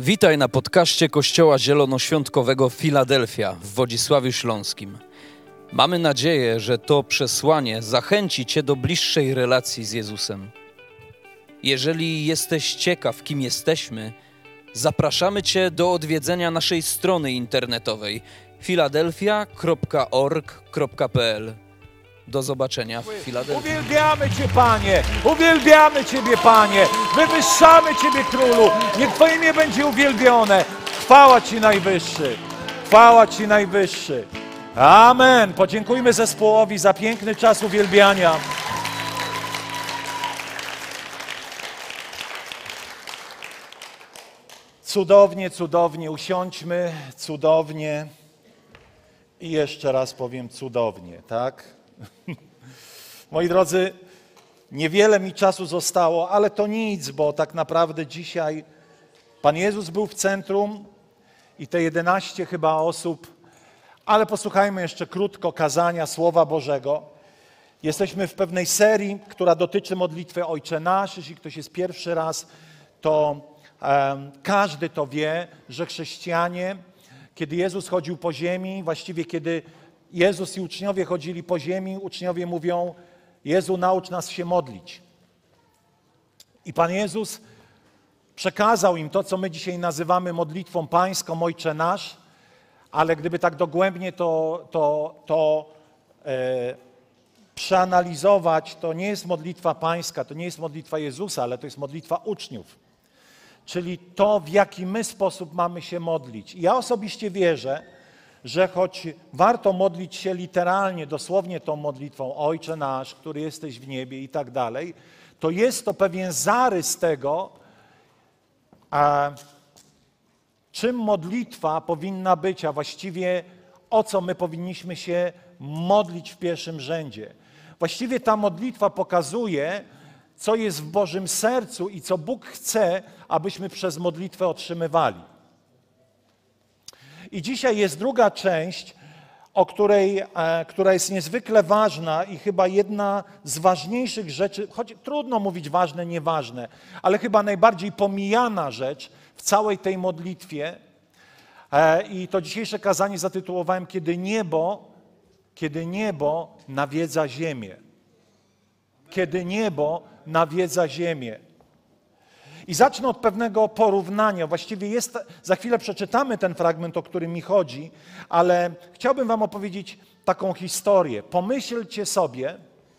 Witaj na podcaście Kościoła Zielonoświątkowego Filadelfia w Wodzisławiu Śląskim. Mamy nadzieję, że to przesłanie zachęci Cię do bliższej relacji z Jezusem. Jeżeli jesteś ciekaw, kim jesteśmy, zapraszamy Cię do odwiedzenia naszej strony internetowej filadelfia.org.pl. Do zobaczenia w Filadelfii. Uwielbiamy Cię, Panie! Uwielbiamy Ciebie, Panie! Wywyższamy Ciebie, Królu! Niech Twoje imię będzie uwielbione! Chwała Ci, Najwyższy! Chwała Ci, Najwyższy! Amen! Podziękujmy zespołowi za piękny czas uwielbiania. Cudownie, cudownie. Usiądźmy, cudownie. I jeszcze raz powiem cudownie, tak? Moi drodzy, niewiele mi czasu zostało, ale to nic, bo tak naprawdę dzisiaj Pan Jezus był w centrum i te 11 chyba osób, ale posłuchajmy jeszcze krótko kazania Słowa Bożego. Jesteśmy w pewnej serii, która dotyczy modlitwy Ojcze Nasz. Jeśli ktoś jest pierwszy raz, to każdy to wie, że chrześcijanie, kiedy Jezus chodził po ziemi, właściwie kiedy Jezus i uczniowie chodzili po ziemi, uczniowie mówią: Jezu, naucz nas się modlić. I Pan Jezus przekazał im to, co my dzisiaj modlitwą pańską, Ojcze Nasz, ale gdyby tak dogłębnie to przeanalizować, to nie jest modlitwa pańska, to nie jest modlitwa Jezusa, ale to jest modlitwa uczniów. Czyli to, w jaki my sposób mamy się modlić. I ja osobiście wierzę, że choć warto modlić się literalnie, dosłownie tą modlitwą Ojcze Nasz, który jesteś w niebie i tak dalej, to jest to pewien zarys tego, czym modlitwa powinna być, a właściwie o co my powinniśmy się modlić w pierwszym rzędzie. Właściwie ta modlitwa pokazuje, co jest w Bożym sercu i co Bóg chce, abyśmy przez modlitwę otrzymywali. I dzisiaj jest druga część, która jest niezwykle ważna i chyba jedna z ważniejszych rzeczy, choć trudno mówić ważne, nieważne, ale chyba najbardziej pomijana rzecz w całej tej modlitwie. I to dzisiejsze kazanie zatytułowałem Kiedy niebo nawiedza ziemię. Kiedy niebo nawiedza ziemię. I zacznę od pewnego porównania. Właściwie za chwilę przeczytamy ten fragment, o którym mi chodzi, ale chciałbym wam opowiedzieć taką historię. Pomyślcie sobie,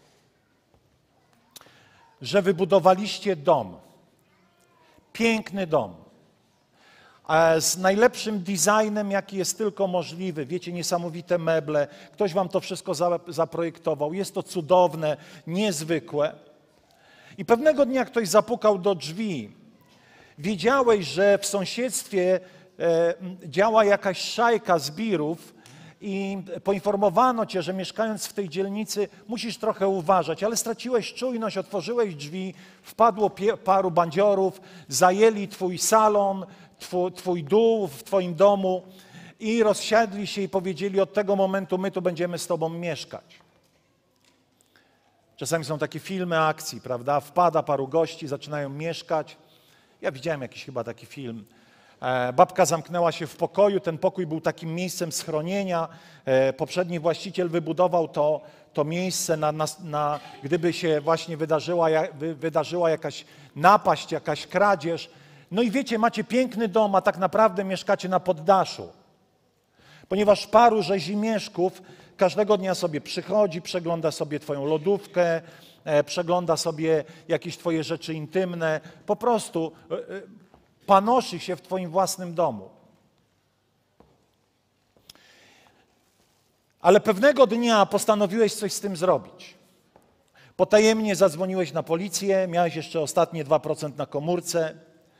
że wybudowaliście dom. Piękny dom. Z najlepszym designem, jaki jest tylko możliwy. Wiecie, niesamowite meble. Ktoś wam to wszystko zaprojektował. Jest to cudowne, niezwykłe. I pewnego dnia ktoś zapukał do drzwi. Wiedziałeś, że w sąsiedztwie działa jakaś szajka zbirów i poinformowano cię, że mieszkając w tej dzielnicy musisz trochę uważać, ale straciłeś czujność, otworzyłeś drzwi, wpadło paru bandziorów, zajęli twój salon, twój dół w twoim domu i rozsiadli się i powiedzieli: od tego momentu my tu będziemy z tobą mieszkać. Czasami są takie filmy akcji, prawda? Wpada paru gości, zaczynają mieszkać. Ja widziałem jakiś chyba taki film. Babka zamknęła się w pokoju, ten pokój był takim miejscem schronienia. Poprzedni właściciel wybudował to miejsce, gdyby się właśnie wydarzyła jakaś napaść, jakaś kradzież. No i wiecie, macie piękny dom, a tak naprawdę mieszkacie na poddaszu. Ponieważ paru rzezimieszków każdego dnia sobie przychodzi, przegląda sobie twoją lodówkę, przegląda sobie jakieś twoje rzeczy intymne, po prostu panoszy się w twoim własnym domu. Ale pewnego dnia postanowiłeś coś z tym zrobić. Potajemnie zadzwoniłeś na policję, miałeś jeszcze ostatnie 2% na komórce.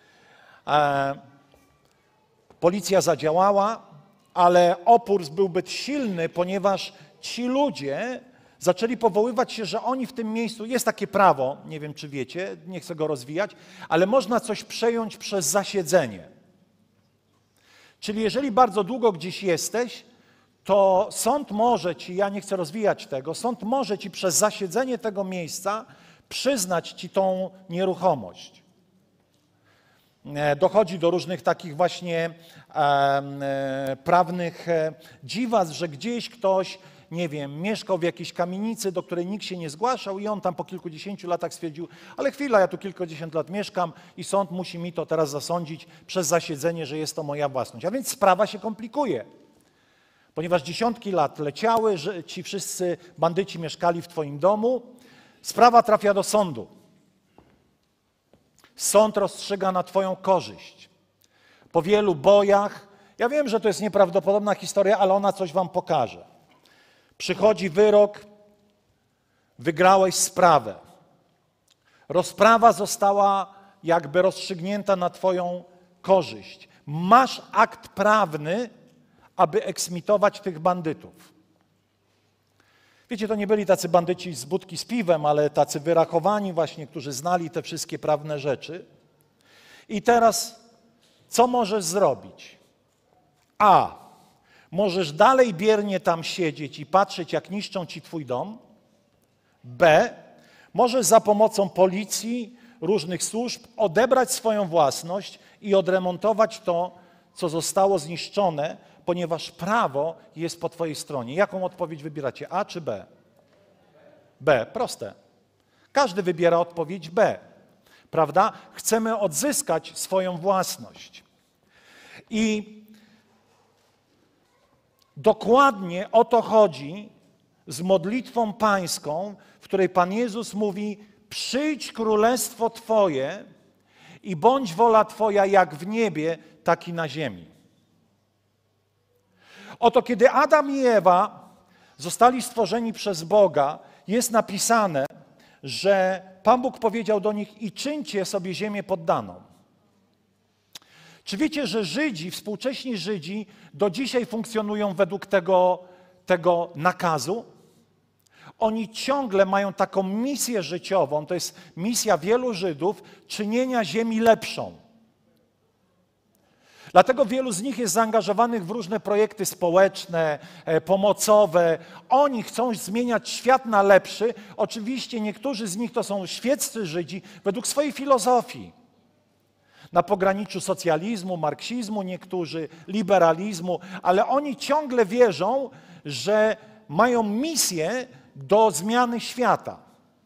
Policja zadziałała, ale opór był zbyt silny, ponieważ ci ludzie zaczęli powoływać się, że oni w tym miejscu, jest takie prawo, nie wiem czy wiecie, nie chcę go rozwijać, ale można coś przejąć przez zasiedzenie. Czyli jeżeli bardzo długo gdzieś jesteś, to sąd może ci, ja nie chcę rozwijać tego, sąd może ci przez zasiedzenie tego miejsca przyznać ci tą nieruchomość. dochodzi do różnych takich właśnie prawnych dziwactw, że gdzieś ktoś, nie wiem, mieszkał w jakiejś kamienicy, do której nikt się nie zgłaszał i on tam po kilkudziesięciu latach stwierdził, ale chwila, ja tu kilkadziesiąt lat mieszkam i sąd musi mi to teraz zasądzić przez zasiedzenie, że jest to moja własność. A więc sprawa się komplikuje, ponieważ dziesiątki lat leciały, że ci wszyscy bandyci mieszkali w twoim domu, sprawa trafia do sądu. Sąd rozstrzyga na twoją korzyść. Po wielu bojach, ja wiem, że to jest nieprawdopodobna historia, ale ona coś wam pokaże. Przychodzi wyrok, wygrałeś sprawę. Rozprawa została jakby rozstrzygnięta na twoją korzyść. Masz akt prawny, aby eksmitować tych bandytów. Wiecie, to nie byli tacy bandyci z budki z piwem, ale tacy wyrachowani właśnie, którzy znali te wszystkie prawne rzeczy. I teraz co możesz zrobić? A. Możesz dalej biernie tam siedzieć i patrzeć, jak niszczą ci twój dom. B. Możesz za pomocą policji, różnych służb odebrać swoją własność i odremontować to, co zostało zniszczone, ponieważ prawo jest po twojej stronie. Jaką odpowiedź wybieracie? A czy B? B. Proste. Każdy wybiera odpowiedź B. Prawda? Chcemy odzyskać swoją własność. I dokładnie o to chodzi z modlitwą pańską, w której Pan Jezus mówi: przyjdź królestwo Twoje i bądź wola Twoja jak w niebie, tak i na ziemi. Oto kiedy Adam i Ewa zostali stworzeni przez Boga, jest napisane, że Pan Bóg powiedział do nich: i czyńcie sobie ziemię poddaną. Czy wiecie, że Żydzi, współcześni Żydzi do dzisiaj funkcjonują według tego nakazu? Oni ciągle mają taką misję życiową, to jest misja wielu Żydów, czynienia ziemi lepszą. Dlatego wielu z nich jest zaangażowanych w różne projekty społeczne, pomocowe. Oni chcą zmieniać świat na lepszy. Oczywiście niektórzy z nich to są świeccy Żydzi według swojej filozofii. Na pograniczu socjalizmu, marksizmu, niektórzy liberalizmu, ale oni ciągle wierzą, że mają misję do zmiany świata.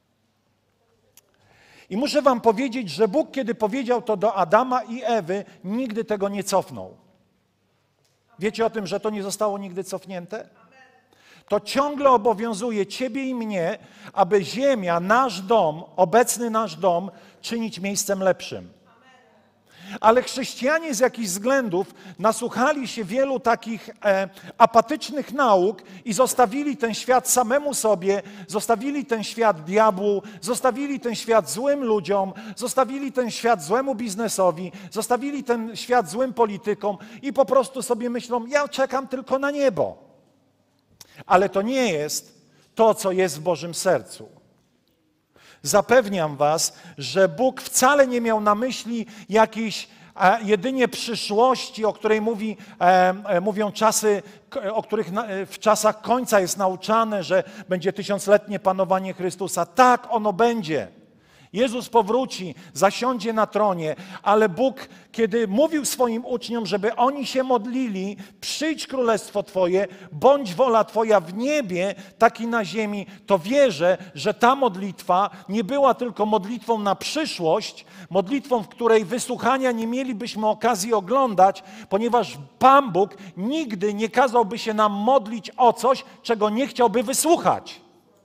I muszę wam powiedzieć, że Bóg, kiedy powiedział to do Adama i Ewy, nigdy tego nie cofnął. Wiecie o tym, że to nie zostało nigdy cofnięte? To ciągle obowiązuje ciebie i mnie, aby ziemia, nasz dom, obecny nasz dom, czynić miejscem lepszym. Ale chrześcijanie z jakichś względów nasłuchali się wielu takich apatycznych nauk i zostawili ten świat samemu sobie, zostawili ten świat diabłu, zostawili ten świat złym ludziom, zostawili ten świat złemu biznesowi, zostawili ten świat złym politykom i po prostu sobie myślą: ja czekam tylko na niebo. Ale to nie jest to, co jest w Bożym sercu. Zapewniam was, że Bóg wcale nie miał na myśli jakiejś jedynie przyszłości, o której mówią czasy, o których w czasach końca jest nauczane, że będzie tysiącletnie panowanie Chrystusa. Tak, ono będzie. Jezus powróci, zasiądzie na tronie, ale Bóg, kiedy mówił swoim uczniom, żeby oni się modlili: przyjdź królestwo Twoje, bądź wola Twoja w niebie, tak i na ziemi, to wierzę, że ta modlitwa nie była tylko modlitwą na przyszłość, modlitwą, w której wysłuchania nie mielibyśmy okazji oglądać, ponieważ Pan Bóg nigdy nie kazałby się nam modlić o coś, czego nie chciałby wysłuchać.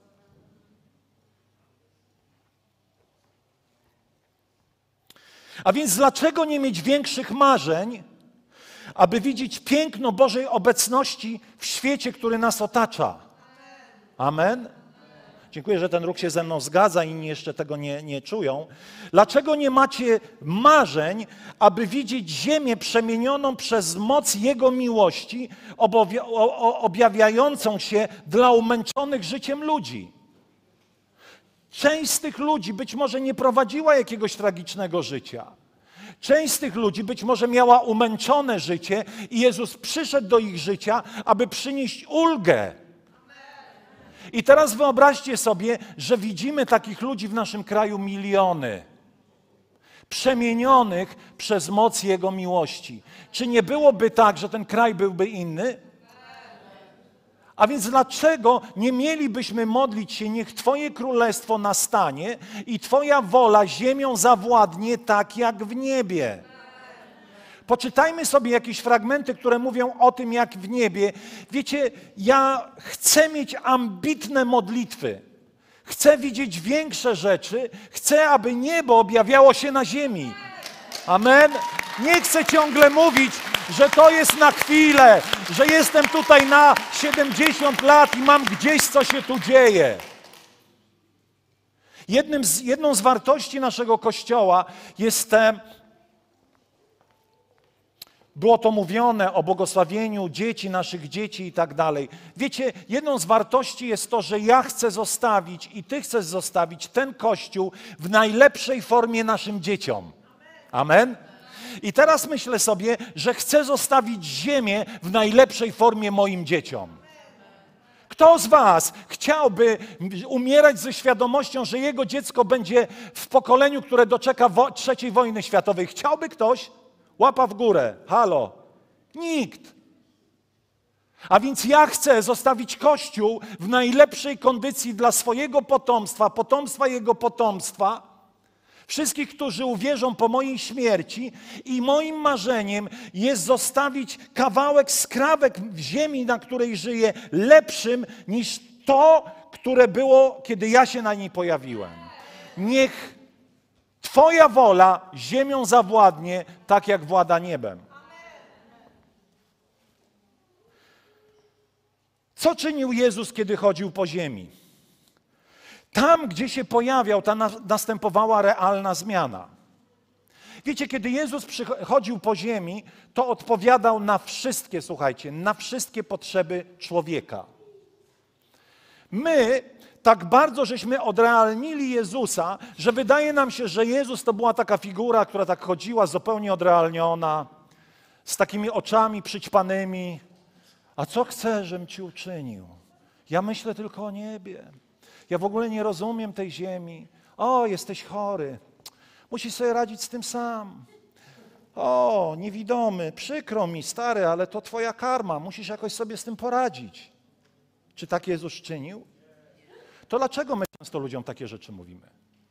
A więc dlaczego nie mieć większych marzeń, aby widzieć piękno Bożej obecności w świecie, który nas otacza? Amen? Dziękuję, że ten ruch się ze mną zgadza, inni jeszcze tego nie czują. Dlaczego nie macie marzeń, aby widzieć ziemię przemienioną przez moc Jego miłości, objawiającą się dla umęczonych życiem ludzi? Część z tych ludzi być może nie prowadziła jakiegoś tragicznego życia. Część z tych ludzi być może miała umęczone życie i Jezus przyszedł do ich życia, aby przynieść ulgę. I teraz wyobraźcie sobie, że widzimy takich ludzi w naszym kraju miliony. przemienionych przez moc Jego miłości. Czy nie byłoby tak, że ten kraj byłby inny? A więc dlaczego nie mielibyśmy modlić się, niech Twoje królestwo nastanie i Twoja wola ziemią zawładnie tak jak w niebie? Poczytajmy sobie jakieś fragmenty, które mówią o tym, jak w niebie. Wiecie, ja chcę mieć ambitne modlitwy. Chcę widzieć większe rzeczy. Chcę, aby niebo objawiało się na ziemi. Amen. Nie chcę ciągle mówić, że to jest na chwilę, że jestem tutaj na 70 lat i mam gdzieś, co się tu dzieje. Jedną z wartości naszego Kościoła jest było to mówione o błogosławieniu dzieci, naszych dzieci i tak dalej. Wiecie, jedną z wartości jest to, że ja chcę zostawić i Ty chcesz zostawić ten Kościół w najlepszej formie naszym dzieciom. Amen? I teraz myślę sobie, że chcę zostawić ziemię w najlepszej formie moim dzieciom. Kto z was chciałby umierać ze świadomością, że jego dziecko będzie w pokoleniu, które doczeka III wojny światowej? Chciałby ktoś? Łapa w górę. Halo. Nikt. A więc ja chcę zostawić Kościół w najlepszej kondycji dla swojego potomstwa, potomstwa jego potomstwa, wszystkich, którzy uwierzą po mojej śmierci, i moim marzeniem jest zostawić kawałek skrawek w ziemi, na której żyję, lepszym niż to, które było, kiedy ja się na niej pojawiłem. Niech Twoja wola ziemią zawładnie, tak jak włada niebem. Co czynił Jezus, kiedy chodził po ziemi? Tam, gdzie się pojawiał, tam następowała realna zmiana. Wiecie, kiedy Jezus chodził po ziemi, to odpowiadał na wszystkie, słuchajcie, na wszystkie potrzeby człowieka. My tak bardzo żeśmy odrealnili Jezusa, że wydaje nam się, że Jezus to była taka figura, która tak chodziła zupełnie odrealniona, z takimi oczami przyćpanymi. A co chcesz, żebym Ci uczynił? Ja myślę tylko o niebie. Ja w ogóle nie rozumiem tej ziemi. O, jesteś chory. Musisz sobie radzić z tym sam. O, niewidomy, przykro mi, stary, ale to Twoja karma. Musisz jakoś sobie z tym poradzić. Czy tak Jezus czynił? To dlaczego my często ludziom takie rzeczy mówimy?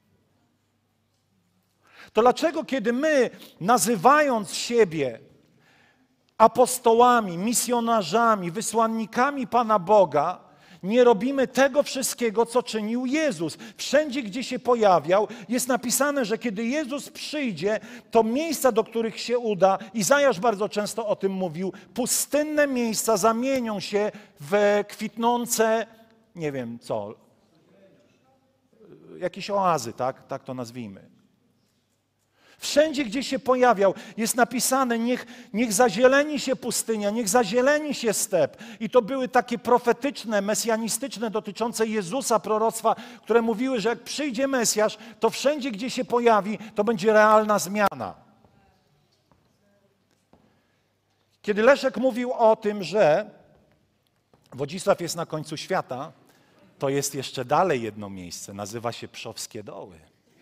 To dlaczego, kiedy my, nazywając siebie apostołami, misjonarzami, wysłannikami Pana Boga, nie robimy tego wszystkiego, co czynił Jezus? Wszędzie, gdzie się pojawiał, jest napisane, że kiedy Jezus przyjdzie, to miejsca, do których się uda, Izajasz bardzo często o tym mówił, pustynne miejsca zamienią się w kwitnące, nie wiem co, jakieś oazy, tak to nazwijmy. Wszędzie, gdzie się pojawiał, jest napisane, niech zazieleni się pustynia, niech zazieleni się step. I to były takie profetyczne, mesjanistyczne, dotyczące Jezusa proroctwa, które mówiły, że jak przyjdzie Mesjasz, to wszędzie, gdzie się pojawi, to będzie realna zmiana. Kiedy Leszek mówił o tym, że Wodzisław jest na końcu świata, to jest jeszcze dalej jedno miejsce, nazywa się Przowskie Doły.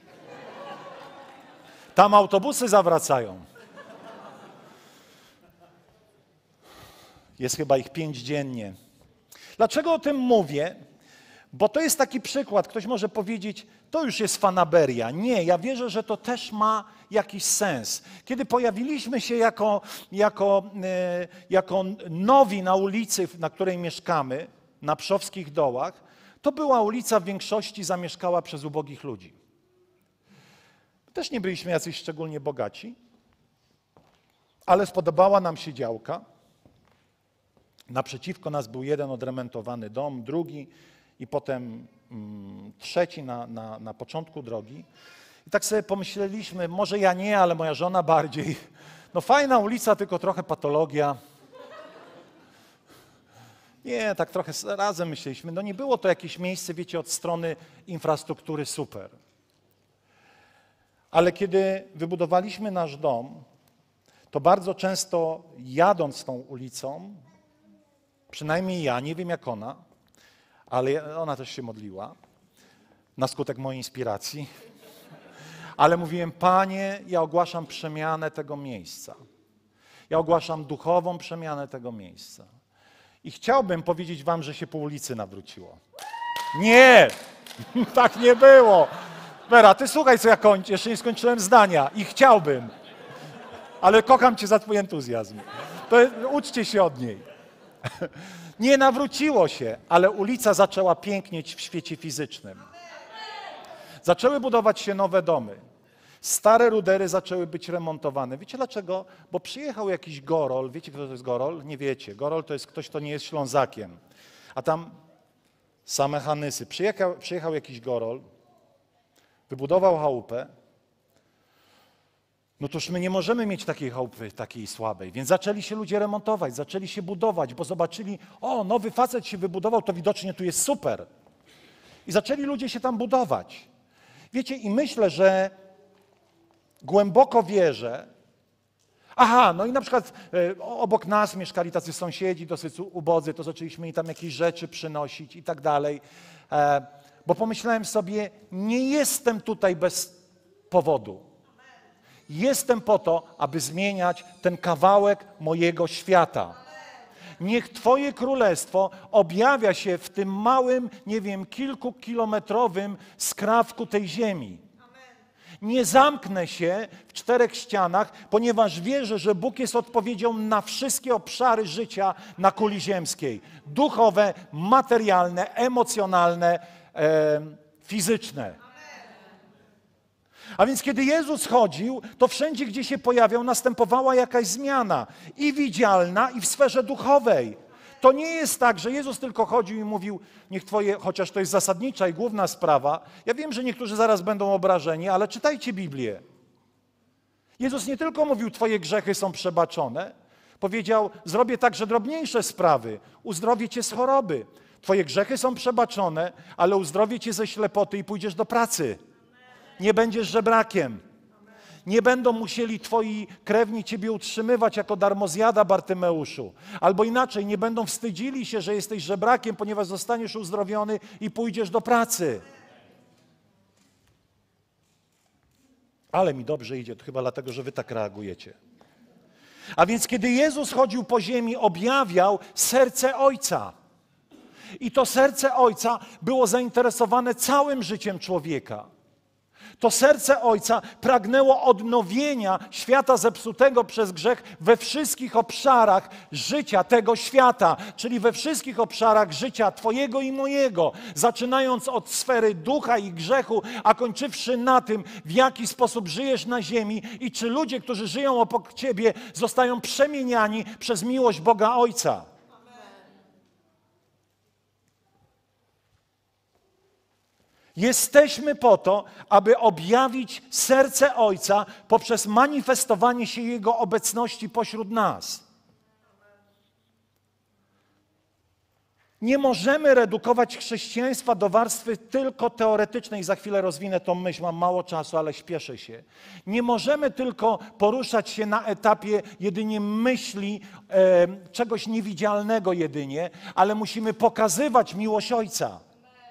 Tam autobusy zawracają. Jest chyba ich 5 dziennie. Dlaczego o tym mówię? Bo to jest taki przykład. Ktoś może powiedzieć, to już jest fanaberia. Nie, ja wierzę, że to też ma jakiś sens. Kiedy pojawiliśmy się jako nowi na ulicy, na której mieszkamy, na Przowskich Dołach, to była ulica w większości zamieszkała przez ubogich ludzi. Też nie byliśmy jacyś szczególnie bogaci, ale spodobała nam się działka. Naprzeciwko nas był jeden odremontowany dom, drugi i potem trzeci na początku drogi. I tak sobie pomyśleliśmy, może ja nie, ale moja żona bardziej. No fajna ulica, tylko trochę patologia. Nie, tak trochę razem myśleliśmy. No nie było to jakieś miejsce, wiecie, od strony infrastruktury super. Ale kiedy wybudowaliśmy nasz dom, to bardzo często jadąc tą ulicą, przynajmniej ja, nie wiem jak ona, ale ona też się modliła na skutek mojej inspiracji, Ale mówiłem, Panie, ja ogłaszam przemianę tego miejsca. Ja ogłaszam duchową przemianę tego miejsca. I chciałbym powiedzieć wam, że się po ulicy nawróciło. Nie! Tak nie było. Wera, ty słuchaj, co ja kończę. Jeszcze nie skończyłem zdania. I chciałbym. Ale kocham cię za twój entuzjazm. Uczcie się od niej. Nie nawróciło się, ale ulica zaczęła pięknieć w świecie fizycznym. Zaczęły budować się nowe domy. Stare rudery zaczęły być remontowane. Wiecie dlaczego? Bo przyjechał jakiś Gorol. Wiecie, kto to jest Gorol? Nie wiecie. Gorol to jest ktoś, kto nie jest Ślązakiem. A tam same Hanysy. Przyjechał jakiś Gorol, wybudował chałupę. No toż my nie możemy mieć takiej chałupy, takiej słabej. Więc zaczęli się ludzie remontować, zaczęli się budować, bo zobaczyli, o, nowy facet się wybudował, to widocznie tu jest super. I zaczęli ludzie się tam budować. Wiecie, i myślę, że głęboko wierzę. Aha, no i na przykład obok nas mieszkali tacy sąsiedzi dosyć ubodzy, to zaczęliśmy im tam jakieś rzeczy przynosić i tak dalej. Bo pomyślałem sobie, nie jestem tutaj bez powodu. Jestem po to, aby zmieniać ten kawałek mojego świata. Niech Twoje królestwo objawia się w tym małym, nie wiem, kilkukilometrowym skrawku tej ziemi. Nie zamknę się w 4 ścianach, ponieważ wierzę, że Bóg jest odpowiedzią na wszystkie obszary życia na kuli ziemskiej. Duchowe, materialne, emocjonalne, fizyczne. A więc kiedy Jezus chodził, to wszędzie, gdzie się pojawiał, następowała jakaś zmiana. I widzialna, i w sferze duchowej. To nie jest tak, że Jezus tylko chodził i mówił, niech Twoje, chociaż to jest zasadnicza i główna sprawa. Ja wiem, że niektórzy zaraz będą obrażeni, ale czytajcie Biblię. Jezus nie tylko mówił, Twoje grzechy są przebaczone. Powiedział, zrobię także drobniejsze sprawy. Uzdrowię Cię z choroby. Twoje grzechy są przebaczone, ale uzdrowię Cię ze ślepoty i pójdziesz do pracy. Nie będziesz żebrakiem. Nie będą musieli Twoi krewni Ciebie utrzymywać jako darmozjada, Bartymeuszu. Albo inaczej, nie będą wstydzili się, że jesteś żebrakiem, ponieważ zostaniesz uzdrowiony i pójdziesz do pracy. Ale mi dobrze idzie, to chyba dlatego, że Wy tak reagujecie. A więc kiedy Jezus chodził po ziemi, objawiał serce Ojca. I to serce Ojca było zainteresowane całym życiem człowieka. To serce Ojca pragnęło odnowienia świata zepsutego przez grzech we wszystkich obszarach życia tego świata, czyli we wszystkich obszarach życia Twojego i mojego, zaczynając od sfery ducha i grzechu, a kończywszy na tym, w jaki sposób żyjesz na ziemi i czy ludzie, którzy żyją obok Ciebie, zostają przemieniani przez miłość Boga Ojca. Jesteśmy po to, aby objawić serce Ojca poprzez manifestowanie się Jego obecności pośród nas. Nie możemy redukować chrześcijaństwa do warstwy tylko teoretycznej. Za chwilę rozwinę tą myśl, mam mało czasu, ale śpieszę się. Nie możemy tylko poruszać się na etapie jedynie myśli, czegoś niewidzialnego jedynie, ale musimy pokazywać miłość Ojca.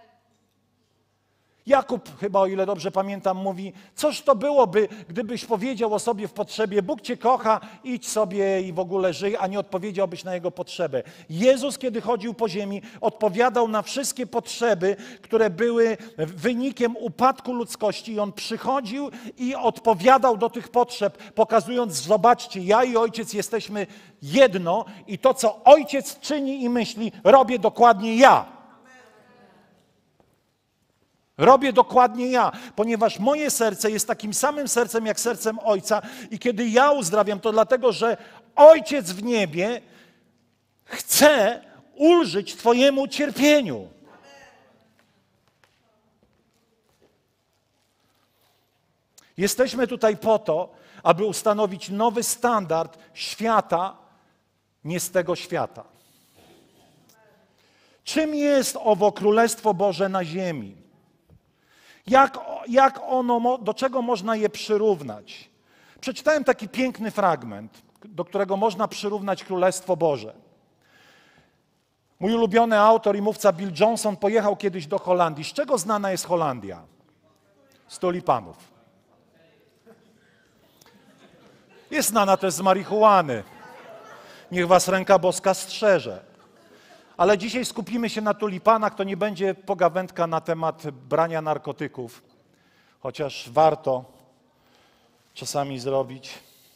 Jakub, chyba o ile dobrze pamiętam, mówi, coż to byłoby, gdybyś powiedział o sobie w potrzebie, Bóg Cię kocha, idź sobie i w ogóle żyj, a nie odpowiedziałbyś na Jego potrzebę. Jezus, kiedy chodził po ziemi, odpowiadał na wszystkie potrzeby, które były wynikiem upadku ludzkości i On przychodził i odpowiadał do tych potrzeb, pokazując, zobaczcie, ja i Ojciec jesteśmy jedno i to, co Ojciec czyni i myśli, robię dokładnie ja. Robię dokładnie ja, ponieważ moje serce jest takim samym sercem jak sercem Ojca i kiedy ja uzdrawiam, to dlatego, że Ojciec w niebie chce ulżyć Twojemu cierpieniu. Jesteśmy tutaj po to, aby ustanowić nowy standard świata, nie z tego świata. Czym jest owo Królestwo Boże na ziemi? Do czego można je przyrównać? Przeczytałem taki piękny fragment, do którego można przyrównać Królestwo Boże. Mój ulubiony autor i mówca Bill Johnson pojechał kiedyś do Holandii. Z czego znana jest Holandia? Z tulipanów. Jest znana też z marihuany. Niech was ręka boska strzeże. Ale dzisiaj skupimy się na tulipanach, to nie będzie pogawędka na temat brania narkotyków, chociaż warto czasami zrobić.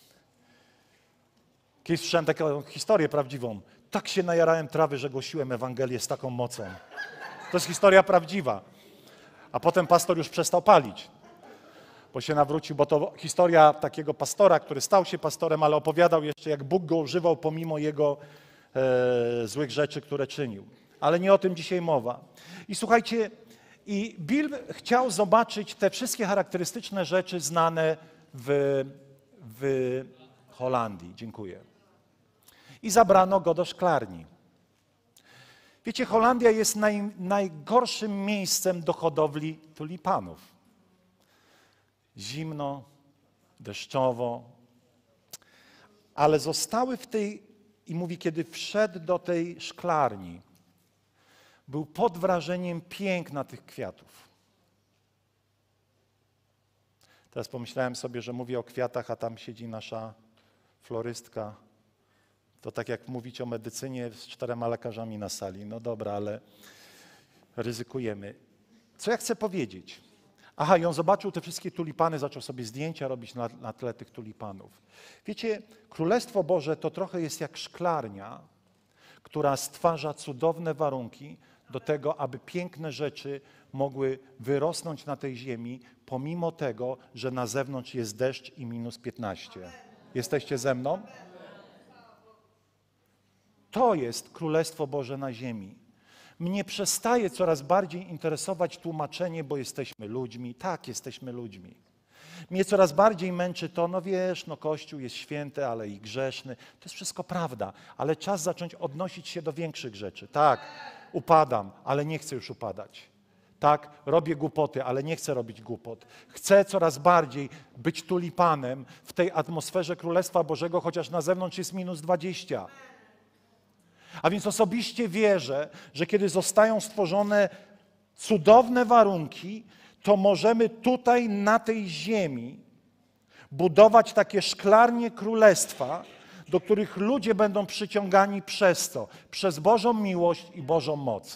Kiedyś słyszałem taką historię prawdziwą. Tak się najarałem trawy, że głosiłem Ewangelię z taką mocą. To jest historia prawdziwa. A potem pastor już przestał palić, bo się nawrócił, bo to historia takiego pastora, który stał się pastorem, ale opowiadał jeszcze, jak Bóg go używał pomimo jego złych rzeczy, które czynił. Ale nie o tym dzisiaj mowa. I słuchajcie, i Bill chciał zobaczyć te wszystkie charakterystyczne rzeczy znane w Holandii. Dziękuję. I zabrano go do szklarni. Wiecie, Holandia jest najgorszym miejscem do hodowli tulipanów. Zimno, deszczowo, ale zostały w tej, i mówi, kiedy wszedł do tej szklarni, był pod wrażeniem piękna tych kwiatów. Teraz pomyślałem sobie, że mówię o kwiatach, a tam siedzi nasza florystka. To tak jak mówić o medycynie z 4 lekarzami na sali. No dobra, ale ryzykujemy. Co ja chcę powiedzieć? Aha, i on zobaczył te wszystkie tulipany, zaczął sobie zdjęcia robić na tle tych tulipanów. Wiecie, Królestwo Boże to trochę jest jak szklarnia, która stwarza cudowne warunki do tego, aby piękne rzeczy mogły wyrosnąć na tej ziemi, pomimo tego, że na zewnątrz jest deszcz i -15. Jesteście ze mną? To jest Królestwo Boże na ziemi. Mnie przestaje coraz bardziej interesować tłumaczenie, bo jesteśmy ludźmi. Tak, jesteśmy ludźmi. Mnie coraz bardziej męczy to, no wiesz, no Kościół jest święty, ale i grzeszny. To jest wszystko prawda, ale czas zacząć odnosić się do większych rzeczy. Tak, upadam, ale nie chcę już upadać. Tak, robię głupoty, ale nie chcę robić głupot. Chcę coraz bardziej być tulipanem w tej atmosferze Królestwa Bożego, chociaż na zewnątrz jest -20. A więc osobiście wierzę, że kiedy zostają stworzone cudowne warunki, to możemy tutaj na tej ziemi budować takie szklarnie królestwa, do których ludzie będą przyciągani przez to, przez Bożą miłość i Bożą moc.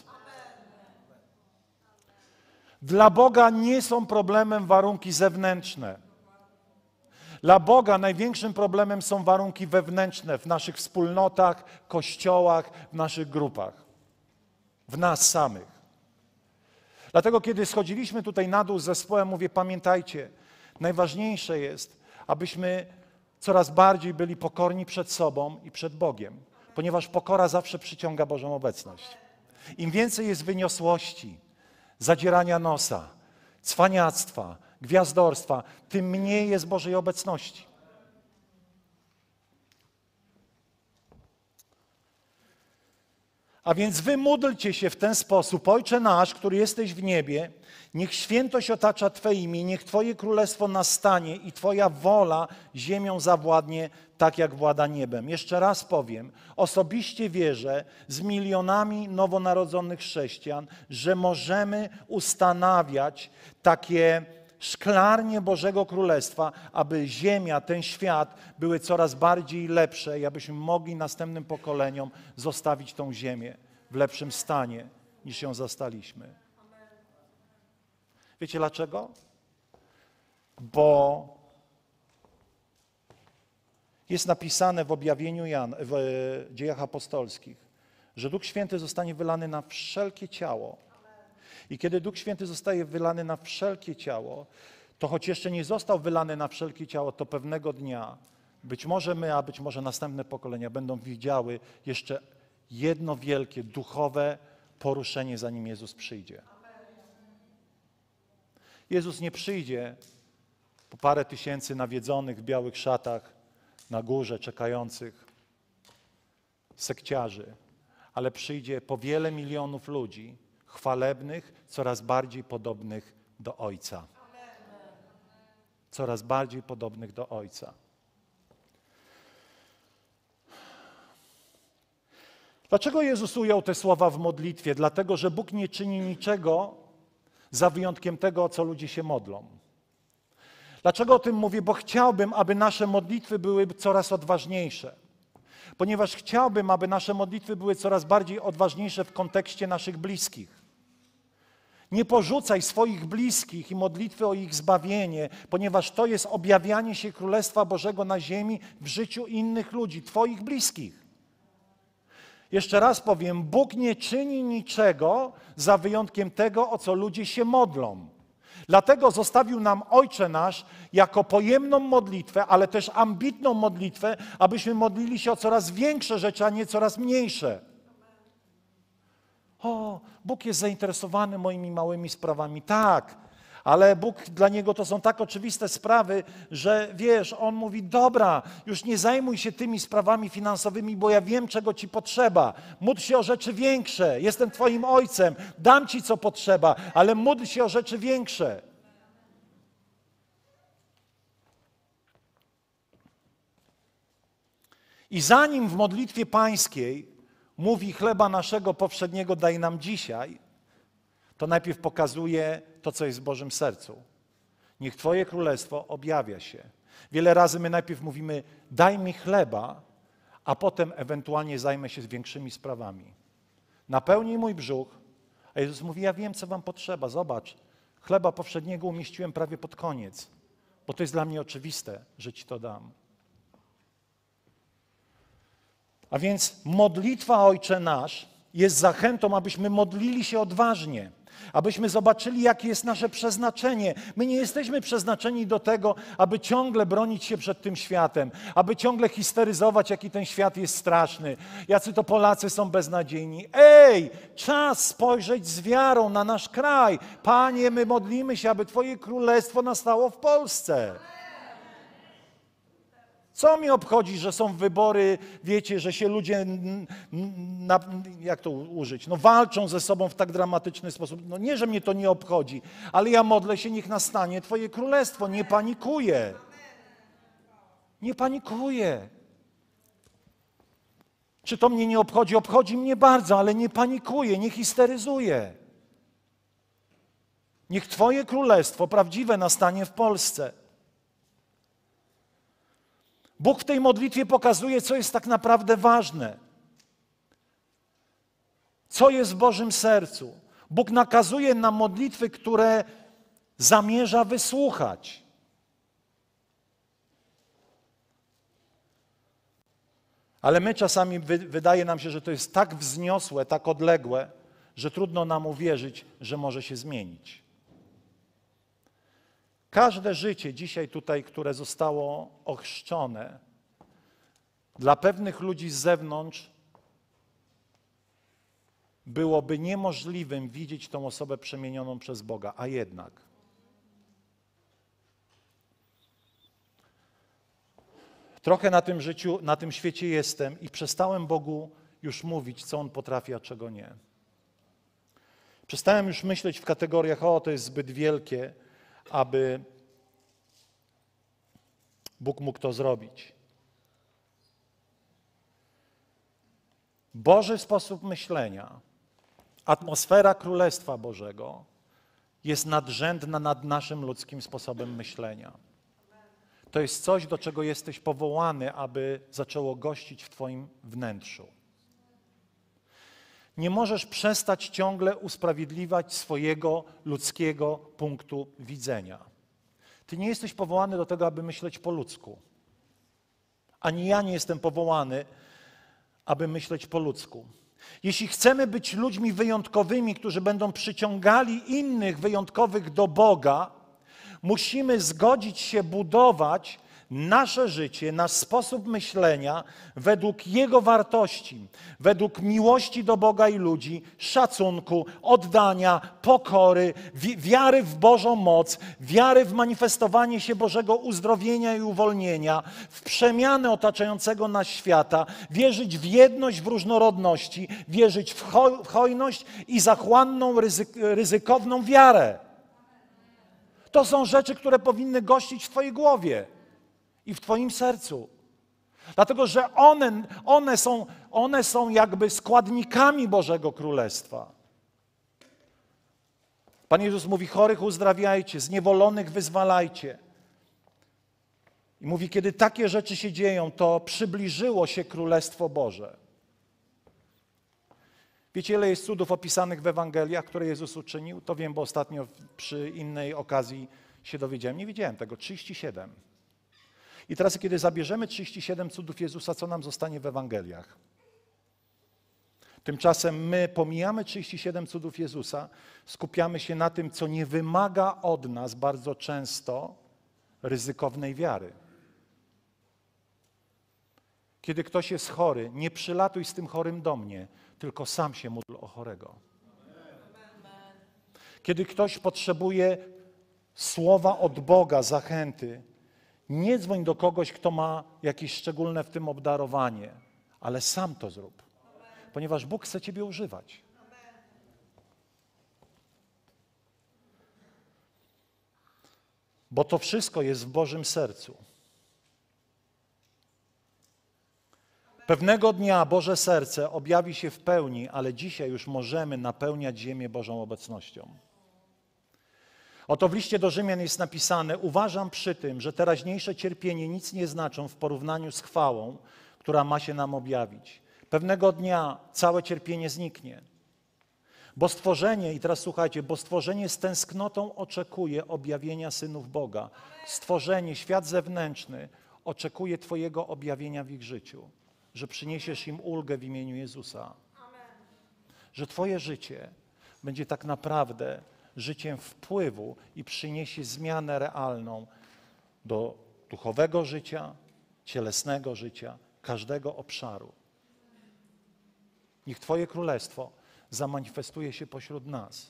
Dla Boga nie są problemem warunki zewnętrzne. Dla Boga największym problemem są warunki wewnętrzne w naszych wspólnotach, kościołach, w naszych grupach, w nas samych. Dlatego, kiedy schodziliśmy tutaj na dół z zespołem, mówię, pamiętajcie, najważniejsze jest, abyśmy coraz bardziej byli pokorni przed sobą i przed Bogiem, ponieważ pokora zawsze przyciąga Bożą obecność. Im więcej jest wyniosłości, zadzierania nosa, cwaniactwa, gwiazdorstwa, tym mniej jest Bożej obecności. A więc wy módlcie się w ten sposób: Ojcze nasz, który jesteś w niebie, niech świętość otacza Twe imię, niech Twoje królestwo nastanie i Twoja wola ziemią zawładnie, tak jak włada niebem. Jeszcze raz powiem, osobiście wierzę z milionami nowonarodzonych chrześcijan, że możemy ustanawiać takie szklarnie Bożego Królestwa, aby ziemia, ten świat były coraz bardziej lepsze i abyśmy mogli następnym pokoleniom zostawić tą ziemię w lepszym stanie, niż ją zastaliśmy. Wiecie dlaczego? Bo jest napisane w objawieniu w Dziejach Apostolskich, że Duch Święty zostanie wylany na wszelkie ciało. I kiedy Duch Święty zostaje wylany na wszelkie ciało, to choć jeszcze nie został wylany na wszelkie ciało, to pewnego dnia być może my, a być może następne pokolenia będą widziały jeszcze jedno wielkie, duchowe poruszenie, zanim Jezus przyjdzie. Jezus nie przyjdzie po parę tysięcy nawiedzonych w białych szatach na górze czekających sekciarzy, ale przyjdzie po wiele milionów ludzi chwalebnych, coraz bardziej podobnych do Ojca. Coraz bardziej podobnych do Ojca. Dlaczego Jezus ujął te słowa w modlitwie? Dlatego, że Bóg nie czyni niczego za wyjątkiem tego, o co ludzie się modlą. Dlaczego o tym mówię? Bo chciałbym, aby nasze modlitwy były coraz odważniejsze. Ponieważ chciałbym, aby nasze modlitwy były coraz bardziej odważniejsze w kontekście naszych bliskich. Nie porzucaj swoich bliskich i modlitwy o ich zbawienie, ponieważ to jest objawianie się Królestwa Bożego na ziemi w życiu innych ludzi, Twoich bliskich. Jeszcze raz powiem, Bóg nie czyni niczego za wyjątkiem tego, o co ludzie się modlą. Dlatego zostawił nam Ojcze Nasz jako pojemną modlitwę, ale też ambitną modlitwę, abyśmy modlili się o coraz większe rzeczy, a nie coraz mniejsze. O, Bóg jest zainteresowany moimi małymi sprawami. Tak, ale Bóg, dla Niego to są tak oczywiste sprawy, że wiesz, On mówi, dobra, już nie zajmuj się tymi sprawami finansowymi, bo ja wiem, czego Ci potrzeba. Módl się o rzeczy większe. Jestem Twoim Ojcem. Dam Ci, co potrzeba, ale módl się o rzeczy większe. I zanim w modlitwie pańskiej mówi chleba naszego powszedniego daj nam dzisiaj, to najpierw pokazuje to, co jest w Bożym sercu. Niech Twoje królestwo objawia się. Wiele razy my najpierw mówimy daj mi chleba, a potem ewentualnie zajmę się większymi sprawami. Napełnij mój brzuch, a Jezus mówi ja wiem, co wam potrzeba. Zobacz, chleba powszedniego umieściłem prawie pod koniec, bo to jest dla mnie oczywiste, że Ci to dam. A więc modlitwa Ojcze Nasz jest zachętą, abyśmy modlili się odważnie, abyśmy zobaczyli, jakie jest nasze przeznaczenie. My nie jesteśmy przeznaczeni do tego, aby ciągle bronić się przed tym światem, aby ciągle histeryzować, jaki ten świat jest straszny, jacy to Polacy są beznadziejni. Ej, czas spojrzeć z wiarą na nasz kraj. Panie, my modlimy się, aby Twoje królestwo nastało w Polsce. Co mi obchodzi, że są wybory, wiecie, że się ludzie, jak to użyć, walczą ze sobą w tak dramatyczny sposób. No nie, że mnie to nie obchodzi, ale ja modlę się, niech nastanie Twoje królestwo. Nie panikuję. Nie panikuję. Czy to mnie nie obchodzi? Obchodzi mnie bardzo, ale nie panikuję, nie histeryzuję. Niech Twoje królestwo prawdziwe nastanie w Polsce. Bóg w tej modlitwie pokazuje, co jest tak naprawdę ważne. Co jest w Bożym sercu. Bóg nakazuje nam modlitwy, które zamierza wysłuchać. Ale my czasami wydaje nam się, że to jest tak wzniosłe, tak odległe, że trudno nam uwierzyć, że może się zmienić. Każde życie dzisiaj tutaj, które zostało ochrzczone, dla pewnych ludzi z zewnątrz byłoby niemożliwym widzieć tą osobę przemienioną przez Boga, a jednak. Trochę na tym życiu, na tym świecie jestem i przestałem Bogu już mówić, co On potrafi, a czego nie. Przestałem już myśleć w kategoriach, to jest zbyt wielkie, aby Bóg mógł to zrobić. Boży sposób myślenia, atmosfera Królestwa Bożego jest nadrzędna nad naszym ludzkim sposobem myślenia. To jest coś, do czego jesteś powołany, aby zaczęło gościć w Twoim wnętrzu. Nie możesz przestać ciągle usprawiedliwiać swojego ludzkiego punktu widzenia. Ty nie jesteś powołany do tego, aby myśleć po ludzku. Ani ja nie jestem powołany, aby myśleć po ludzku. Jeśli chcemy być ludźmi wyjątkowymi, którzy będą przyciągali innych wyjątkowych do Boga, musimy zgodzić się budować nasze życie, nasz sposób myślenia według Jego wartości, według miłości do Boga i ludzi, szacunku, oddania, pokory, wiary w Bożą moc, wiary w manifestowanie się Bożego uzdrowienia i uwolnienia, w przemianę otaczającego nas świata, wierzyć w jedność w różnorodności, wierzyć w hojność i zachłanną, ryzykowną wiarę. To są rzeczy, które powinny gościć w Twojej głowie i w Twoim sercu. Dlatego, że one są jakby składnikami Bożego Królestwa. Pan Jezus mówi, chorych uzdrawiajcie, zniewolonych wyzwalajcie. I mówi, kiedy takie rzeczy się dzieją, to przybliżyło się Królestwo Boże. Wiecie, ile jest cudów opisanych w Ewangeliach, które Jezus uczynił? To wiem, bo ostatnio przy innej okazji się dowiedziałem. Nie wiedziałem tego. 37. I teraz, kiedy zabierzemy 37 cudów Jezusa, co nam zostanie w Ewangeliach? Tymczasem my pomijamy 37 cudów Jezusa, skupiamy się na tym, co nie wymaga od nas bardzo często ryzykownej wiary. Kiedy ktoś jest chory, nie przylatuj z tym chorym do mnie, tylko sam się módl o chorego. Kiedy ktoś potrzebuje słowa od Boga, zachęty, nie dzwoń do kogoś, kto ma jakieś szczególne w tym obdarowanie, ale sam to zrób, ponieważ Bóg chce ciebie używać. Bo to wszystko jest w Bożym sercu. Pewnego dnia Boże serce objawi się w pełni, ale dzisiaj już możemy napełniać ziemię Bożą obecnością. Oto w liście do Rzymian jest napisane: uważam przy tym, że teraźniejsze cierpienie nic nie znaczą w porównaniu z chwałą, która ma się nam objawić. Pewnego dnia całe cierpienie zniknie. Bo stworzenie, i teraz słuchajcie, bo stworzenie z tęsknotą oczekuje objawienia synów Boga. Stworzenie, świat zewnętrzny oczekuje Twojego objawienia w ich życiu. Że przyniesiesz im ulgę w imieniu Jezusa. Że Twoje życie będzie tak naprawdę życiem wpływu i przyniesie zmianę realną do duchowego życia, cielesnego życia, każdego obszaru. Niech Twoje królestwo zamanifestuje się pośród nas.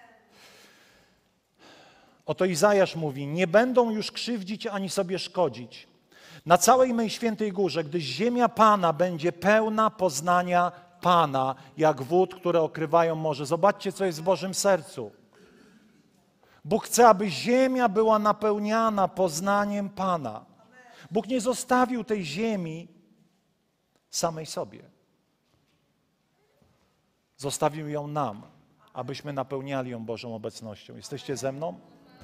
Oto Izajasz mówi: nie będą już krzywdzić ani sobie szkodzić. Na całej mej świętej górze, gdyż ziemia Pana będzie pełna poznania Pana, jak wód, które okrywają morze. Zobaczcie, co jest w Bożym sercu. Bóg chce, aby ziemia była napełniana poznaniem Pana. Bóg nie zostawił tej ziemi samej sobie. Zostawił ją nam, abyśmy napełniali ją Bożą obecnością. Jesteście ze mną?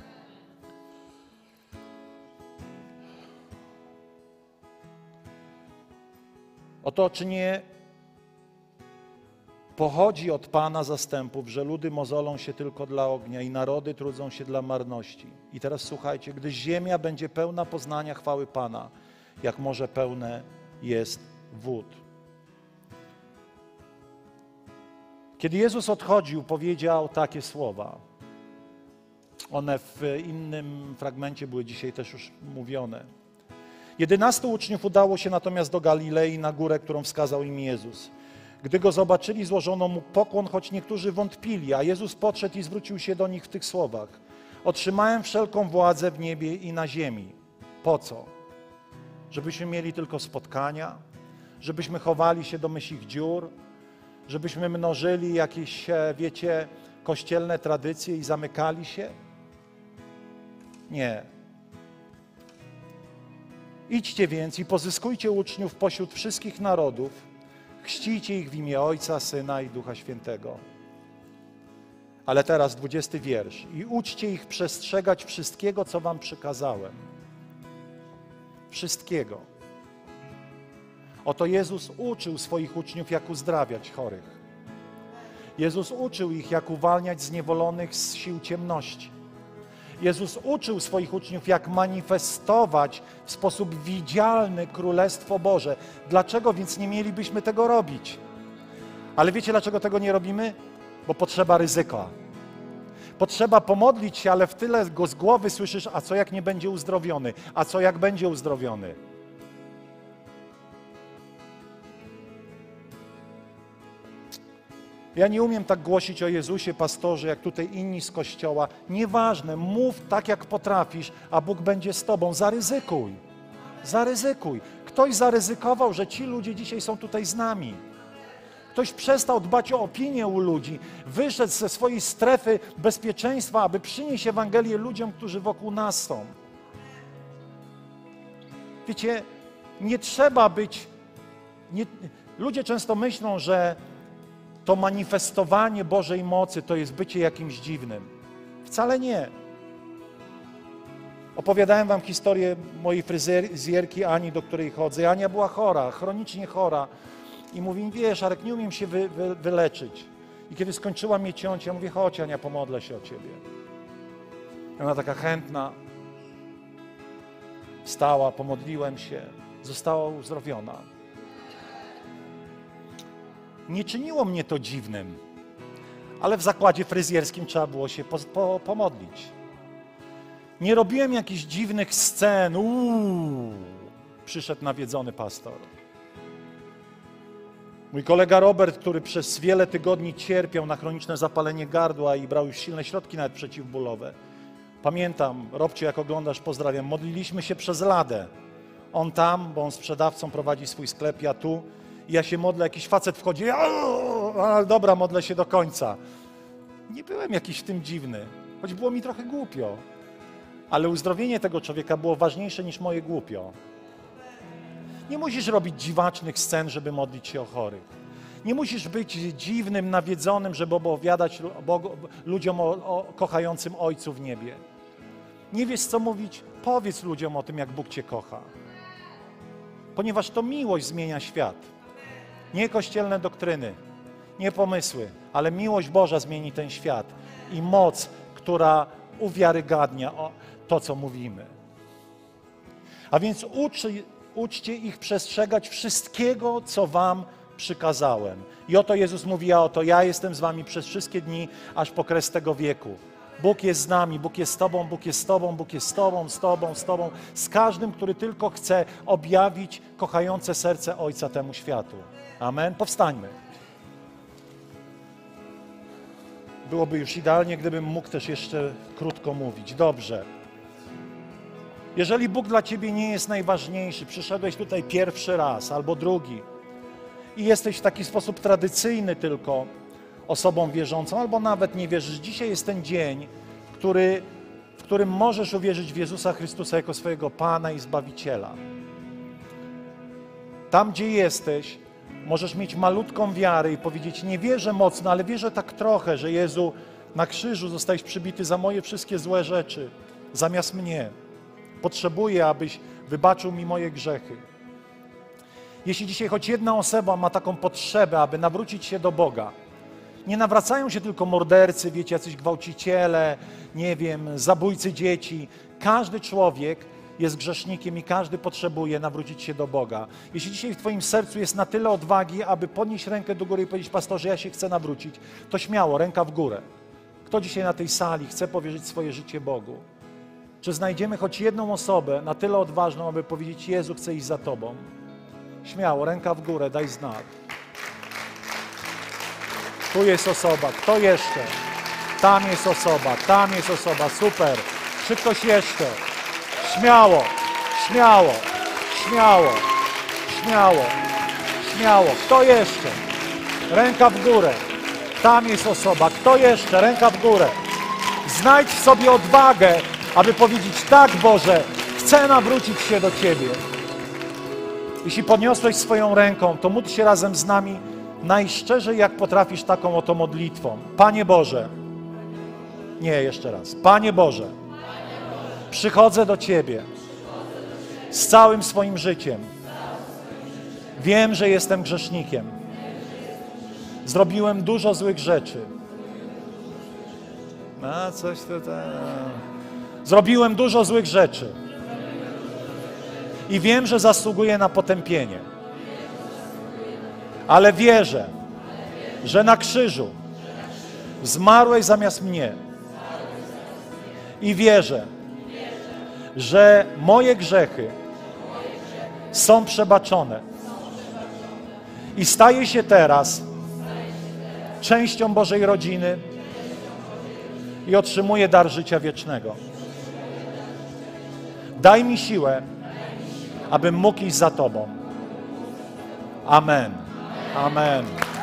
Oto czy nie pochodzi od Pana zastępów, że ludy mozolą się tylko dla ognia i narody trudzą się dla marności. I teraz słuchajcie, gdyż ziemia będzie pełna poznania chwały Pana, jak morze pełne jest wód. Kiedy Jezus odchodził, powiedział takie słowa. One w innym fragmencie były dzisiaj też już mówione. 11 uczniów udało się natomiast do Galilei na górę, którą wskazał im Jezus. Gdy go zobaczyli, złożono mu pokłon, choć niektórzy wątpili, a Jezus podszedł i zwrócił się do nich w tych słowach. Otrzymałem wszelką władzę w niebie i na ziemi. Po co? Żebyśmy mieli tylko spotkania? Żebyśmy chowali się do mysich dziur? Żebyśmy mnożyli jakieś, wiecie, kościelne tradycje i zamykali się? Nie. Idźcie więc i pozyskujcie uczniów pośród wszystkich narodów, chrzcijcie ich w imię Ojca, Syna i Ducha Świętego. Ale teraz 20 wiersz. I uczcie ich przestrzegać wszystkiego, co wam przykazałem. Wszystkiego. Oto Jezus uczył swoich uczniów, jak uzdrawiać chorych. Jezus uczył ich, jak uwalniać zniewolonych z sił ciemności. Jezus uczył swoich uczniów, jak manifestować w sposób widzialny Królestwo Boże. Dlaczego więc nie mielibyśmy tego robić? Ale wiecie, dlaczego tego nie robimy? Bo potrzeba ryzyka. Potrzeba pomodlić się, ale w tyle go z głowy słyszysz, a co jak nie będzie uzdrowiony? A co jak będzie uzdrowiony? Ja nie umiem tak głosić o Jezusie, pastorze, jak tutaj inni z Kościoła. Nieważne, mów tak, jak potrafisz, a Bóg będzie z tobą. Zaryzykuj. Zaryzykuj. Ktoś zaryzykował, że ci ludzie dzisiaj są tutaj z nami. Ktoś przestał dbać o opinię u ludzi, wyszedł ze swojej strefy bezpieczeństwa, aby przynieść Ewangelię ludziom, którzy wokół nas są. Wiecie, nie trzeba być... Ludzie często myślą, że to manifestowanie Bożej mocy to jest bycie jakimś dziwnym. Wcale nie. Opowiadałem wam historię mojej fryzjerki Ani, do której chodzę. Ania była chora, chronicznie chora. I mówi, wiesz, Arek, nie umiem się wyleczyć. I kiedy skończyła mnie ciąć, ja mówię, chodź Ania, pomodlę się o ciebie. I ona taka chętna. Wstała, pomodliłem się, została uzdrowiona. Nie czyniło mnie to dziwnym, ale w zakładzie fryzjerskim trzeba było się pomodlić. Nie robiłem jakichś dziwnych scen. Przyszedł nawiedzony pastor. Mój kolega Robert, który przez wiele tygodni cierpiał na chroniczne zapalenie gardła i brał już silne środki nawet przeciwbólowe. Pamiętam, Robcie, jak oglądasz, pozdrawiam, modliliśmy się przez ladę. On tam, bo on sprzedawcą prowadzi swój sklep, ja tu. I ja się modlę, jakiś facet wchodzi, ale dobra, modlę się do końca. Nie byłem jakiś w tym dziwny, choć było mi trochę głupio. Ale uzdrowienie tego człowieka było ważniejsze niż moje głupio. Nie musisz robić dziwacznych scen, żeby modlić się o chorych. Nie musisz być dziwnym, nawiedzonym, żeby opowiadać ludziom o kochającym Ojcu w niebie. Nie wiesz, co mówić? Powiedz ludziom o tym, jak Bóg cię kocha. Ponieważ to miłość zmienia świat. Nie kościelne doktryny, nie pomysły, ale miłość Boża zmieni ten świat i moc, która uwiarygadnia to, co mówimy. A więc uczcie ich przestrzegać wszystkiego, co wam przykazałem. I oto Jezus mówi, a oto ja jestem z wami przez wszystkie dni, aż po kres tego wieku. Bóg jest z nami, Bóg jest z tobą, Bóg jest z tobą, Bóg jest z tobą, z tobą, z tobą, z każdym, który tylko chce objawić kochające serce Ojca temu światu. Amen. Powstańmy. Byłoby już idealnie, gdybym mógł też jeszcze krótko mówić. Dobrze. Jeżeli Bóg dla ciebie nie jest najważniejszy, przyszedłeś tutaj pierwszy raz albo drugi i jesteś w taki sposób tradycyjny tylko osobą wierzącą, albo nawet nie wierzysz, dzisiaj jest ten dzień, w którym możesz uwierzyć w Jezusa Chrystusa jako swojego Pana i Zbawiciela. Tam, gdzie jesteś, możesz mieć malutką wiarę i powiedzieć, nie wierzę mocno, ale wierzę tak trochę, że Jezu, na krzyżu zostałeś przybity za moje wszystkie złe rzeczy, zamiast mnie. Potrzebuję, abyś wybaczył mi moje grzechy. Jeśli dzisiaj choć jedna osoba ma taką potrzebę, aby nawrócić się do Boga, nie nawracają się tylko mordercy, wiecie, jacyś gwałciciele, nie wiem, zabójcy dzieci. Każdy człowiek jest grzesznikiem i każdy potrzebuje nawrócić się do Boga. Jeśli dzisiaj w twoim sercu jest na tyle odwagi, aby podnieść rękę do góry i powiedzieć, pastorze, ja się chcę nawrócić, to śmiało, ręka w górę. Kto dzisiaj na tej sali chce powierzyć swoje życie Bogu? Czy znajdziemy choć jedną osobę na tyle odważną, aby powiedzieć, Jezu, chcę iść za Tobą? Śmiało, ręka w górę, daj znak. Tu jest osoba, kto jeszcze? Tam jest osoba, super. Czy ktoś jeszcze? Śmiało, śmiało, śmiało, śmiało, śmiało. Kto jeszcze? Ręka w górę. Tam jest osoba. Kto jeszcze? Ręka w górę. Znajdź w sobie odwagę, aby powiedzieć, tak Boże, chcę nawrócić się do Ciebie. Jeśli podniosłeś swoją ręką, to módl się razem z nami najszczerzej, jak potrafisz, taką oto modlitwą. Panie Boże, nie, jeszcze raz. Panie Boże, przychodzę do Ciebie z całym swoim życiem. Wiem, że jestem grzesznikiem. Zrobiłem dużo złych rzeczy. A coś tutaj. Zrobiłem dużo złych rzeczy. I wiem, że zasługuję na potępienie. Ale wierzę, że na krzyżu zmarłeś zamiast mnie. I wierzę, że moje grzechy są przebaczone. I staję się teraz częścią Bożej rodziny i otrzymuję dar życia wiecznego. Daj mi siłę, abym mógł iść za Tobą. Amen. Amen.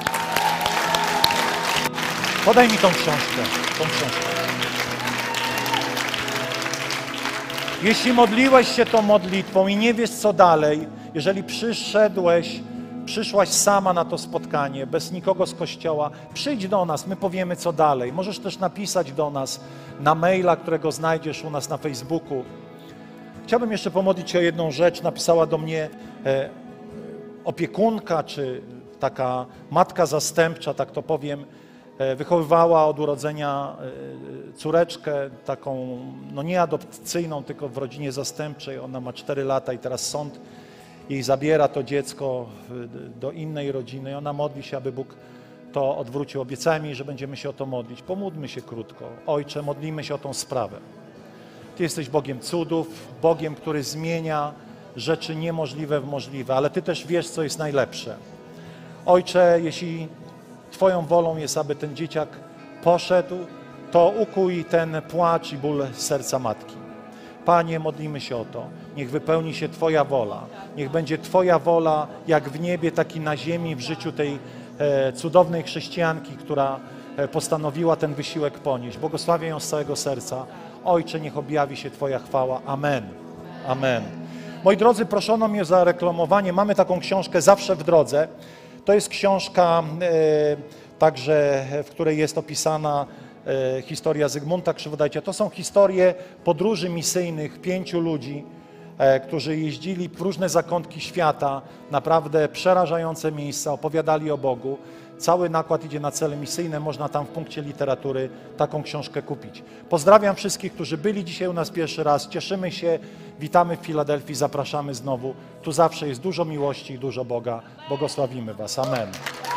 Podaj mi tą książkę. Jeśli modliłeś się tą modlitwą i nie wiesz, co dalej, jeżeli przyszłaś sama na to spotkanie, bez nikogo z Kościoła, przyjdź do nas, my powiemy, co dalej. Możesz też napisać do nas na maila, którego znajdziesz u nas na Facebooku. Chciałbym jeszcze pomodlić się o jedną rzecz. Napisała do mnie opiekunka, czy taka matka zastępcza, tak to powiem, wychowywała od urodzenia córeczkę, taką, no nie adopcyjną, tylko w rodzinie zastępczej. Ona ma 4 lata i teraz sąd jej zabiera to dziecko do innej rodziny. I ona modli się, aby Bóg to odwrócił. Obiecałem jej, że będziemy się o to modlić. Pomódlmy się krótko. Ojcze, modlimy się o tą sprawę. Ty jesteś Bogiem cudów, Bogiem, który zmienia rzeczy niemożliwe w możliwe, ale Ty też wiesz, co jest najlepsze. Ojcze, jeśli Twoją wolą jest, aby ten dzieciak poszedł, to ukuj ten płacz i ból serca matki. Panie, modlimy się o to. Niech wypełni się Twoja wola. Niech będzie Twoja wola jak w niebie, tak i na ziemi w życiu tej cudownej chrześcijanki, która postanowiła ten wysiłek ponieść. Błogosławię ją z całego serca. Ojcze, niech objawi się Twoja chwała. Amen. Amen. Moi drodzy, proszono mnie o zareklamowanie. Mamy taką książkę Zawsze w drodze. To jest książka także, w której jest opisana historia Zygmunta Krzywodajcia. To są historie podróży misyjnych 5 ludzi, którzy jeździli w różne zakątki świata, naprawdę przerażające miejsca, opowiadali o Bogu. Cały nakład idzie na cele misyjne, można tam w punkcie literatury taką książkę kupić. Pozdrawiam wszystkich, którzy byli dzisiaj u nas pierwszy raz, cieszymy się, witamy w Filadelfii, zapraszamy znowu. Tu zawsze jest dużo miłości i dużo Boga. Błogosławimy Was. Amen.